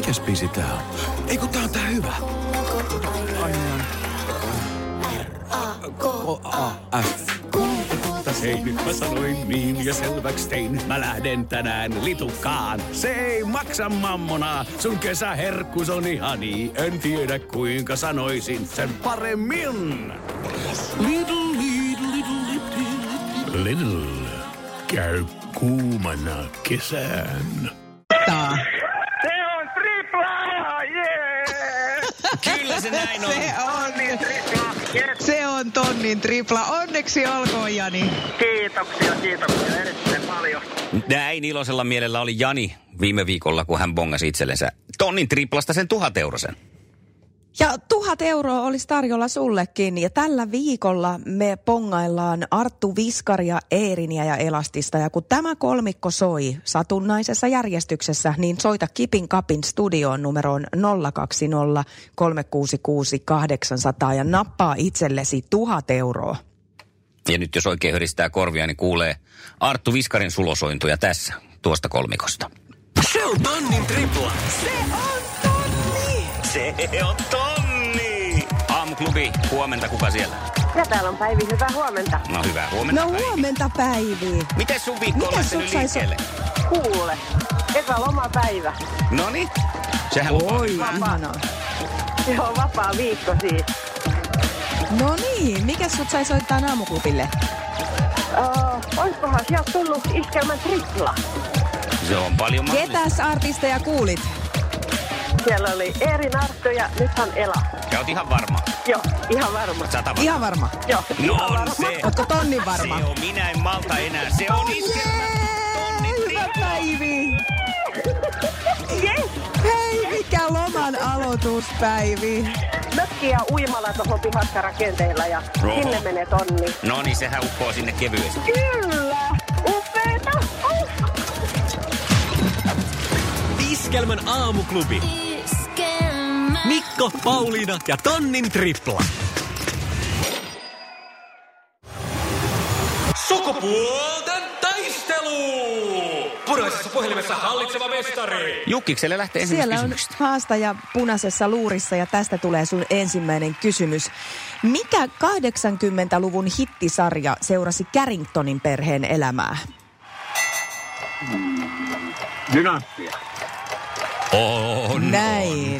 Mikäs biisi tää on? Ei kun tää on tää hyvä. R-A-K-A-F. Hei, nyt mä sanoin niin ja selväks tein. Mä lähden tänään litukaan. Se ei maksa mammonaa. Sun kesäherkkus on ihani. En tiedä kuinka sanoisin sen paremmin. Lidl. Käy kuumana kesän. Se on tripla! Jee! Kyllä se näin on. Tonnin tripla! Yes. Se on tonnin tripla. Onneksi olkoon, Jani. Kiitoksia erittäin paljon. Näin iloisella mielellä oli Jani viime viikolla, kun hän bongasi itsellensä tonnin triplasta sen 1 000 eurosen. Ja 1 000 € olisi tarjolla sullekin. Ja tällä viikolla me pongaillaan Arttu Viskaria, Eeriniä ja Elastista. Ja kun tämä kolmikko soi satunnaisessa järjestyksessä, niin soita Kipin Kapin studioon numeroon 020 366 800 ja nappaa itsellesi 1 000 €. Ja nyt jos oikein höristää korvia, niin kuulee Arttu Viskarin sulosointuja tässä tuosta kolmikosta. Se on tonnin tripla. Se on tonni! Se on tonni! Aamuklubi, huomenta, kuka siellä? Ja täällä on Päivi, hyvää huomenta. No hyvää huomenta, No Päivi. huomenta, Päivi. Miten sun viikko on Mites lähtenyt sut sais- liikkeelle? Kuule, eka lomapäivä. Noniin, sehän lupaa. Oi, ihanaa. Joo, vapaa viikko siis. No niin, mikä sut sai soittaa aamuklubille? Oiskohan sieltä tullut iskelmän tripla? Se on paljon mahdollista. Ketäs artisteja kuulit? Siellä oli Eerin Arttu ja nythän Ela. Ja oot ihan varma. Joo, ihan varma. 100 varma. Ihan varma. Joo, No ihan on varma. se. Ootko tonnin varma? Se on, minä en malta enää. Se on iskelmä. Tonnin Hyvä tripla. Päivi! Yes! Hei, mikä loman aloituspäivi! Mökki ja uimala tuohon pihassa rakenteilla ja Oho. sinne menee tonni. No niin, sehän uppoo sinne kevyesti. Kyllä! Upeeta! Iskelmän aamuklubi. Mikko, Pauliina ja tonnin tripla. Sukupuolten taistelu! Punaisessa puhelimessa hallitseva mestari. Jukkikselle lähtee ensimmäiset Siellä on kysymykset. haastaja punaisessa luurissa ja tästä tulee sun ensimmäinen kysymys. Mikä 80-luvun hittisarja seurasi Carringtonin perheen elämää? Dynastia. On. Näin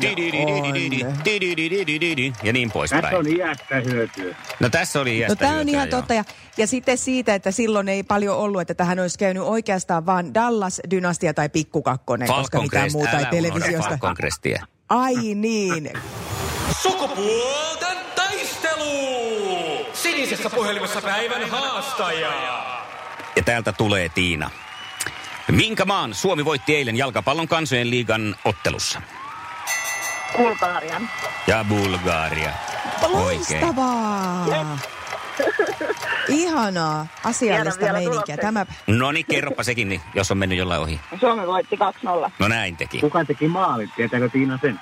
Ja niin Tässä poispäin. on iästä hyötyä. No tässä oli No iästä tämä on hyötyä, ihan joo. totta. Ja sitten siitä, että silloin ei paljon ollut, että tähän olisi käynyt oikeastaan vaan Dallas-dynastia tai Pikkukakkonen, koska Falcon mitään Crest, muuta ei älä unohda televisiosta. Falcon Crestia. Ai niin. Sukupuolten taistelu! Sinisessä puhelimessa päivän haastaja. Ja täältä tulee Tiina. Minkä maan Suomi voitti eilen jalkapallon kansojen liigan ottelussa? Bulgarian. Ja Bulgaria. Oikein. Loistavaa. Ihanaa. Asiallista Tiedän vielä meininkiä. tuloksen. Tämä... No niin, kerropa sekin, niin, jos on mennyt jollain ohi. Suomi voitti 2-0. No näin teki. Kuka teki maalit? Tietääkö Tiina sen?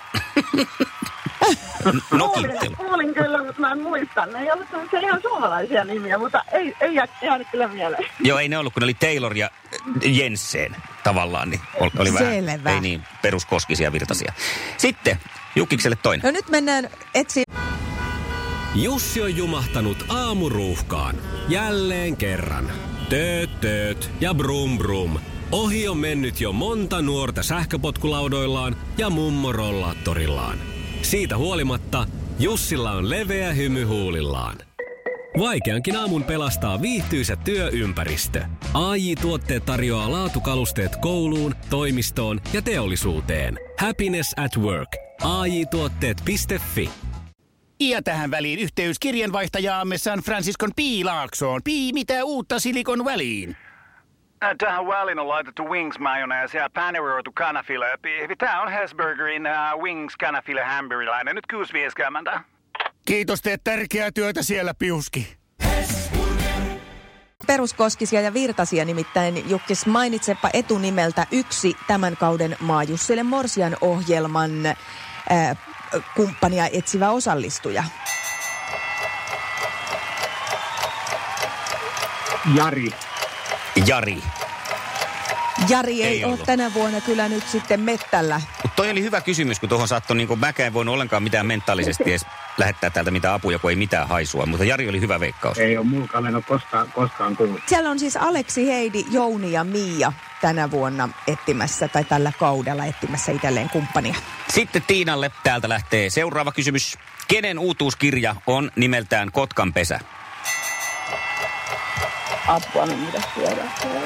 Nokittelu. Kuulin kyllä, mutta mä en muista. Ne ei ollut sellaisia ihan suomalaisia nimiä, mutta ei jäänyt kyllä mieleen. Joo, ei ne ollut, kun ne oli Taylor ja Jensen tavallaan, niin oli vähän, Selvä. ei niin peruskoskisia virtaisia. Sitten Jukkikselle toinen. No nyt mennään etsiä. Jussi on jumahtanut aamuruuhkaan. Jälleen kerran. Tööt ja brum brum. Ohi on mennyt jo monta nuorta sähköpotkulaudoillaan ja mummorollaattorillaan. Siitä huolimatta Jussilla on leveä hymy huulillaan. Vaikeankin aamun pelastaa viihtyisä työympäristö. AJ-tuotteet tarjoaa laatukalusteet kouluun, toimistoon ja teollisuuteen. Happiness at work. AJ-tuotteet.fi. Ja tähän väliin yhteys kirjanvaihtajaamme San Franciscon Piilaaksoon. Mitä uutta Silikon väliin? Tähän väliin on laitettu wings mayonnaise ja paneroitu kanafila. Tämä on Hesburgerin wings kanafila hamburilainen. Nyt 6.50. Kiitos, teet tärkeää työtä siellä, Piuski. Peruskoskisia ja virtasia nimittäin. Jukkis, mainitsepa etunimeltä yksi tämän kauden Maajussille Morsian ohjelman kumppania etsivä osallistuja. Jari. Jari. Jari ei ole ollut. tänä vuonna kyllä nyt sitten mettällä. Mutta toi oli hyvä kysymys, kun tuohon saattoi, niin mäkään en voinut ollenkaan mitään mentaalisesti edes lähettää täältä mitään apuja, kun ei mitään haisua. Mutta Jari oli hyvä veikkaus. Ei ole mulkaan, en ole koskaan kuullut. Siellä on siis Aleksi, Heidi, Jouni ja Mia tänä vuonna etsimässä tai tällä kaudella etsimässä itselleen kumppania. Sitten Tiinalle täältä lähtee seuraava kysymys. Kenen uutuuskirja on nimeltään Kotkan pesä? Apua, niin mitä siellä?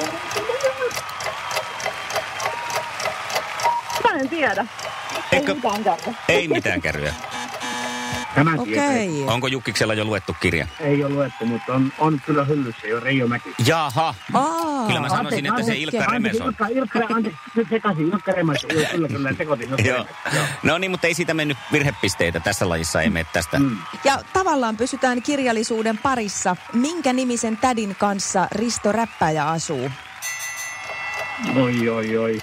Mä en tiedä. Eikö- Ei mitään kärryä. Ei mitään kärryä. Tämä tietää. Okei. Onko Jukkiksella jo luettu kirja? Ei ole luettu, mutta on kyllä hyllyssä jo Reijomäki. Jaha. Kyllä mä sanoisin, että se Ilkka Remes on. Anteeksi, nyt sekaisin. Ilkka Remes, kyllä sekoitin. Joo. No niin, mutta ei siitä mennyt virhepisteitä. Tässä lajissa ei mene tästä. Ja tavallaan pysytään kirjallisuuden parissa. Minkä nimisen tädin kanssa Risto Räppäjä asuu? Oi.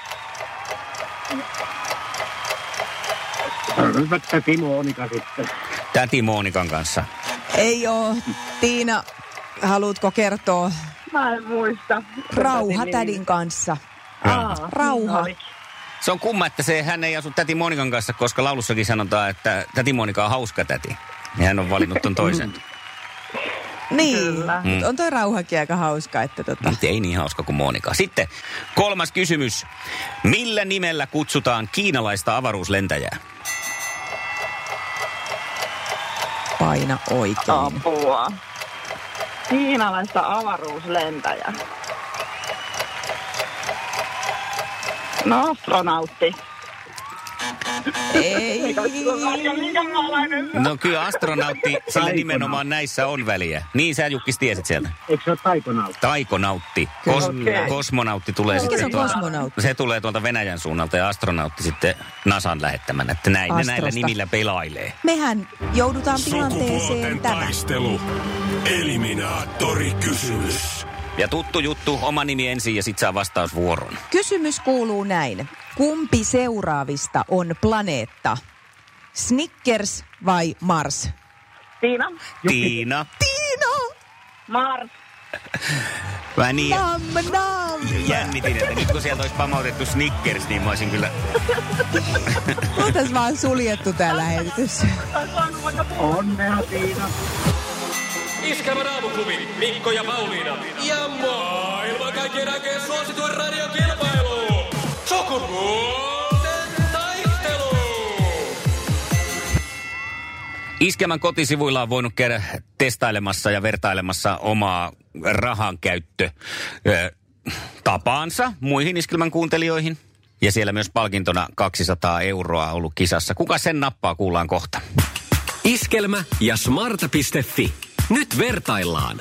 Nyt vaikka Timo Onika sitten. Täti Monikan kanssa. Ei oo. Tiina, haluatko kertoa? Mä en muista. Rauha tädin kanssa. Rauha. Se on kumma, että hän ei asu täti Monikan kanssa, koska laulussakin sanotaan, että täti Monika on hauska täti. Ja hän on valinnut ton toisen. Niin, on toi Rauhakin aika hauska, että Mutta ei niin hauska kuin Monika. Sitten 3. kysymys. Millä nimellä kutsutaan kiinalaista avaruuslentäjää? paina oikein. Apua. Kiinalaista avaruuslentäjä. No, astronautti. Ei. No kyllä astronautti, sillä nimenomaan näissä on väliä. Niin sä Jukkis tiesit sieltä. Eikö se ole taikonautti? Taikonautti. Kosmonautti tulee Mikä se sitten on kosmonautti? Se tulee tuolta Venäjän suunnalta ja astronautti sitten NASAn lähettämänä. Että näin, ne näillä nimillä pelailee. Mehän joudutaan tilanteeseen Sukupuolten tänään. taistelu. Eliminaattorikysymys. Ja tuttu juttu, oma nimi ensin ja sit saa vastausvuoron. Kysymys kuuluu näin. Kumpi seuraavista on planeetta? Snickers vai Mars? Tiina. Tiina. Tiina! Mars. Mä niin Nam, nam. jännitin, että nyt kun sieltä olisi pamautettu Snickers, niin mä olisin kyllä... Oltais vaan suljettu tää lähetys. Onnea, Tiina. Iskelmän aamuklubi, Mikko ja Pauliina. Ja maailman kaikkien aikeen suosituen radiokilpailu. Sukupuolten taistelu. Iskelmän kotisivuilla on voinut käydä testailemassa ja vertailemassa omaa rahankäyttö tapaansa muihin Iskelmän kuuntelijoihin. Ja siellä myös palkintona 200 € ollut kisassa. Kuka sen nappaa, kuullaan kohta. Iskelmä ja smarta.fi. Nyt vertaillaan.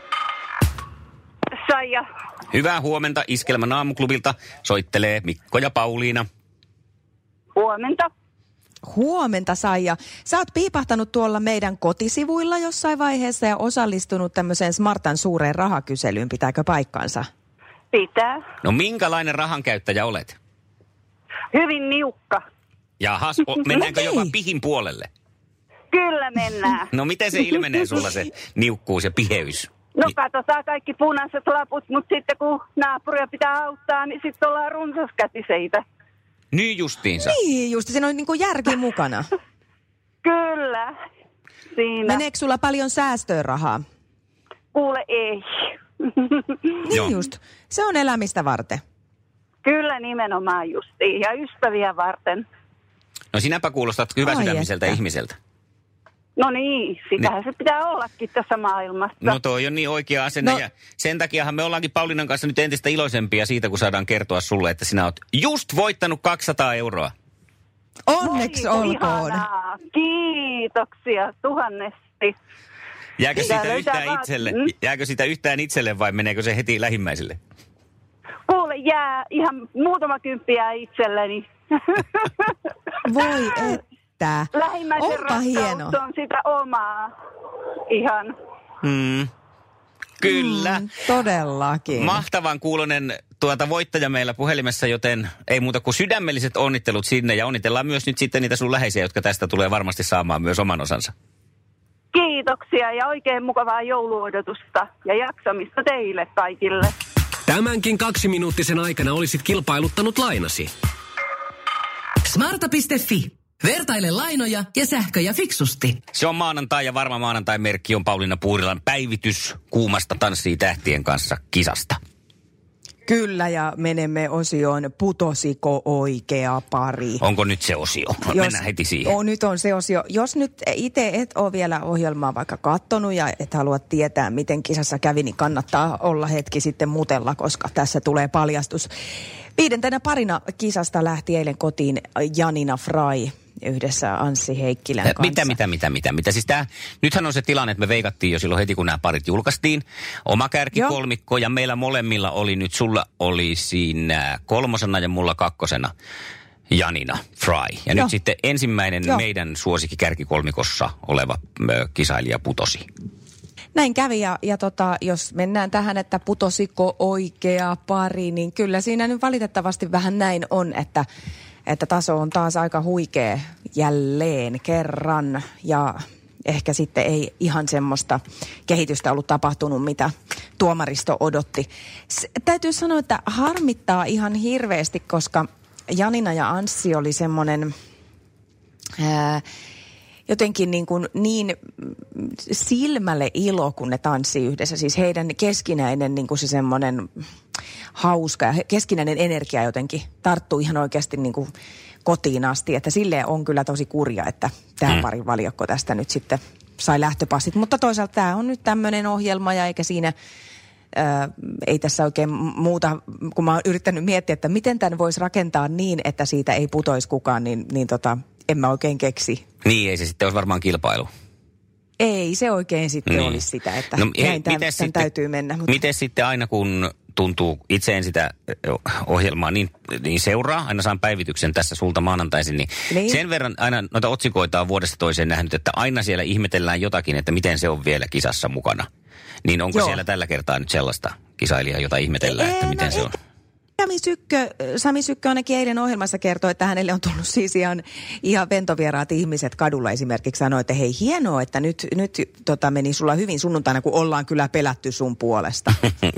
Saija. Hyvää huomenta Iskelmän aamuklubilta. Soittelee Mikko ja Pauliina. Huomenta. Huomenta, Saija. Sä oot piipahtanut tuolla meidän kotisivuilla jossain vaiheessa ja osallistunut tämmöiseen Smartan suureen rahakyselyyn. Pitääkö paikkansa? Pitää. No minkälainen rahankäyttäjä olet? Hyvin niukka. Jahas, mennäänkö jopa pihin puolelle? Kyllä mennään. No miten se ilmenee sulla se niukkuus ja piheys? No katsotaan kaikki punaiset laput, mutta sitten kun naapuria pitää auttaa, niin sitten ollaan runsaskätiseitä. Niin justiinsa. Niin, just siinä on niinku järki mukana. Kyllä. Siinä. Meneekö sulla paljon säästöön rahaa? Kuule ei. Niin Joo. just. Se on elämistä varten. Kyllä nimenomaan justiin. Ja ystäviä varten. No sinäpä kuulostat hyväsydämiseltä Ai että. ihmiseltä. No niin, sitähän se pitää ollakin tässä maailmassa. No toi on niin oikea asenne No. ja sen takiahan me ollaankin Paulinan kanssa nyt entistä iloisempia siitä, kun saadaan kertoa sulle, että sinä oot just voittanut 200 €. Onneksi Oi, olkoon. ihanaa. Kiitoksia tuhannesti. Jääkö Pitää sitä löytää yhtään vaan- itselle? Jääkö sitä yhtään itselle vai meneekö se heti lähimmäiselle? Kuule, jää ihan muutama kymppiä itselleni. Voi että. Lähimmäisen Onpa hieno. rakkaus on sitä omaa. Ihan. Kyllä. Todellakin. Mahtavan kuulonen voittaja meillä puhelimessa, joten ei muuta kuin sydämelliset onnittelut sinne. Ja onnitellaan myös nyt sitten niitä sun läheisiä, jotka tästä tulee varmasti saamaan myös oman osansa. Kiitoksia ja oikein mukavaa jouluodotusta ja jaksamista teille kaikille. Tämänkin 2-minuuttisen aikana olisit kilpailuttanut lainasi. Smarta.fi. Vertaile lainoja ja sähköjä fiksusti. Se on maanantai ja varma maanantai-merkki on Pauliina Puurilan päivitys Kuumasta tanssii tähtien kanssa -kisasta. Kyllä, ja menemme osioon putosiko oikea pari. Onko nyt se osio? Mennään heti siihen. Nyt on se osio. Jos nyt itse et ole vielä ohjelmaa vaikka kattonut ja et halua tietää, miten kisassa kävi, niin kannattaa olla hetki sitten mutella, koska tässä tulee paljastus. 5. parina kisasta lähti eilen kotiin Janina Fry yhdessä Anssi Heikkilän kanssa. Mitä? Siis nythän on se tilanne, että me veikattiin jo silloin heti, kun nämä parit julkaistiin. Oma kärkikolmikko ja meillä molemmilla oli nyt, sulla oli siinä 3. ja mulla 2. Janina Fry. Ja nyt sitten ensimmäinen meidän suosikki kärkikolmikossa oleva kisailija putosi. Näin kävi ja jos mennään tähän, että putosiko oikea pari, niin kyllä siinä nyt valitettavasti vähän näin on, että taso on taas aika huikea jälleen kerran ja ehkä sitten ei ihan semmoista kehitystä ollut tapahtunut, mitä tuomaristo odotti. Täytyy sanoa, että harmittaa ihan hirveästi, koska Janina ja Anssi oli semmoinen jotenkin niin silmälle ilo, kun ne tanssii yhdessä. Siis heidän keskinäinen niin kuin se semmoinen hauska ja keskinäinen energia jotenkin tarttuu ihan oikeasti niin kuin kotiin asti. Että silleen on kyllä tosi kurja, että tämä parin valjakko tästä nyt sitten sai lähtöpassit. Mutta toisaalta tämä on nyt tämmöinen ohjelma ja eikä siinä ei tässä oikein muuta, kun mä oon yrittänyt miettiä, että miten tämän voisi rakentaa niin, että siitä ei putoisi kukaan, niin en mä oikein keksi. Niin, ei se sitten olisi varmaan kilpailu. Ei se oikein sitten olisi sitä, että näin tämän täytyy mennä. Mutta miten sitten aina kun tuntuu, itse en sitä ohjelmaa niin seuraa, aina saan päivityksen tässä sulta maanantaisin, niin sen verran aina noita otsikoita on vuodesta toiseen nähnyt, että aina siellä ihmetellään jotakin, että miten se on vielä kisassa mukana. Niin onko siellä tällä kertaa nyt sellaista kisailijaa, jota ihmetellään, että miten se on? Sami Sykkö ainakin eilen ohjelmassa kertoi, että hänelle on tullut siis ihan ventovieraat ihmiset kadulla esimerkiksi sanoi, että hei hienoa, että nyt meni sulla hyvin sunnuntaina, kun ollaan kyllä pelätty sun puolesta.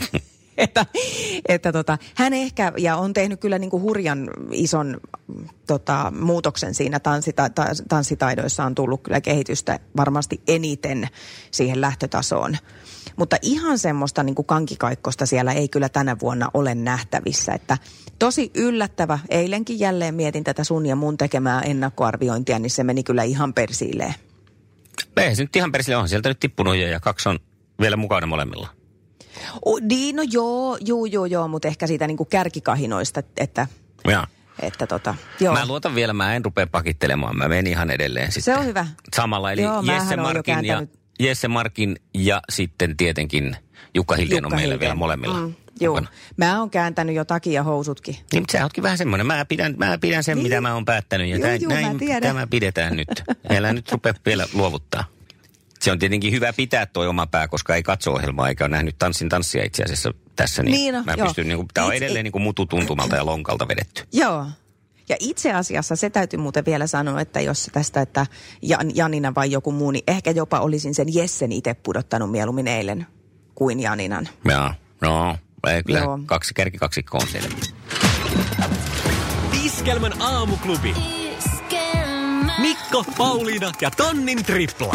että hän ehkä, ja on tehnyt kyllä niin kuin hurjan ison muutoksen siinä tanssitaidoissa on tullut kyllä kehitystä varmasti eniten siihen lähtötasoon. Mutta ihan semmoista niin kuin kankikaikkosta siellä ei kyllä tänä vuonna ole nähtävissä, että tosi yllättävä. Eilenkin jälleen mietin tätä sun ja mun tekemää ennakkoarviointia, niin se meni kyllä ihan persiilleen. Ei se nyt ihan persiilleen, on sieltä nyt tippunut ja 2 on vielä mukana molemmilla. No joo, mutta ehkä siitä niin kuin kärkikahinoista, että... Jaa. Joo. Mä luotan vielä, mä en rupea pakittelemaan, mä menen ihan edelleen sitten. Se on hyvä. Samalla, eli Jesse Markin ja sitten tietenkin Jukka Hildén on meillä vielä molemmilla. Joo, mä oon kääntänyt jo takin ja housutkin. Niin, mutta sä ootkin vähän semmoinen, mä pidän sen, mitä mä oon päättänyt ja tämä pidetään nyt. Älä nyt rupea vielä luovuttaa. Se on tietenkin hyvä pitää toi oma pää, koska ei katso ohjelmaa eikä ole nähnyt tanssia itse asiassa tässä. Niin mä pystyn, tää on edelleen niin kuin mututuntumalta ja lonkalta vedetty. Joo. Ja itse asiassa se täytyy muuten vielä sanoa, että jos tästä, että Janina vai joku muu, niin ehkä jopa olisin sen Jessen itse pudottanut mieluummin eilen kuin Janinan. Joo, kyllä 2 kärkikaksikko on selvä. Iskelmän aamuklubi. Mikko, Pauliina ja tonnin tripla.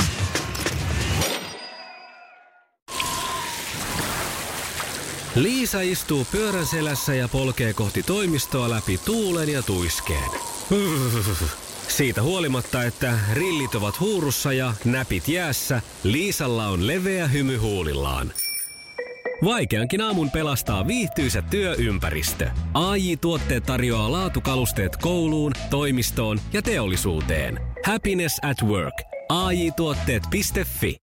Liisa istuu pyörän selässä ja polkee kohti toimistoa läpi tuulen ja tuiskeen. Siitä huolimatta, että rillit ovat huurussa ja näpit jäässä, Liisalla on leveä hymy huulillaan. Vaikeankin aamun pelastaa viihtyisä työympäristö. AJ-tuotteet tarjoaa laatukalusteet kouluun, toimistoon ja teollisuuteen. Happiness at work. AJ-tuotteet.fi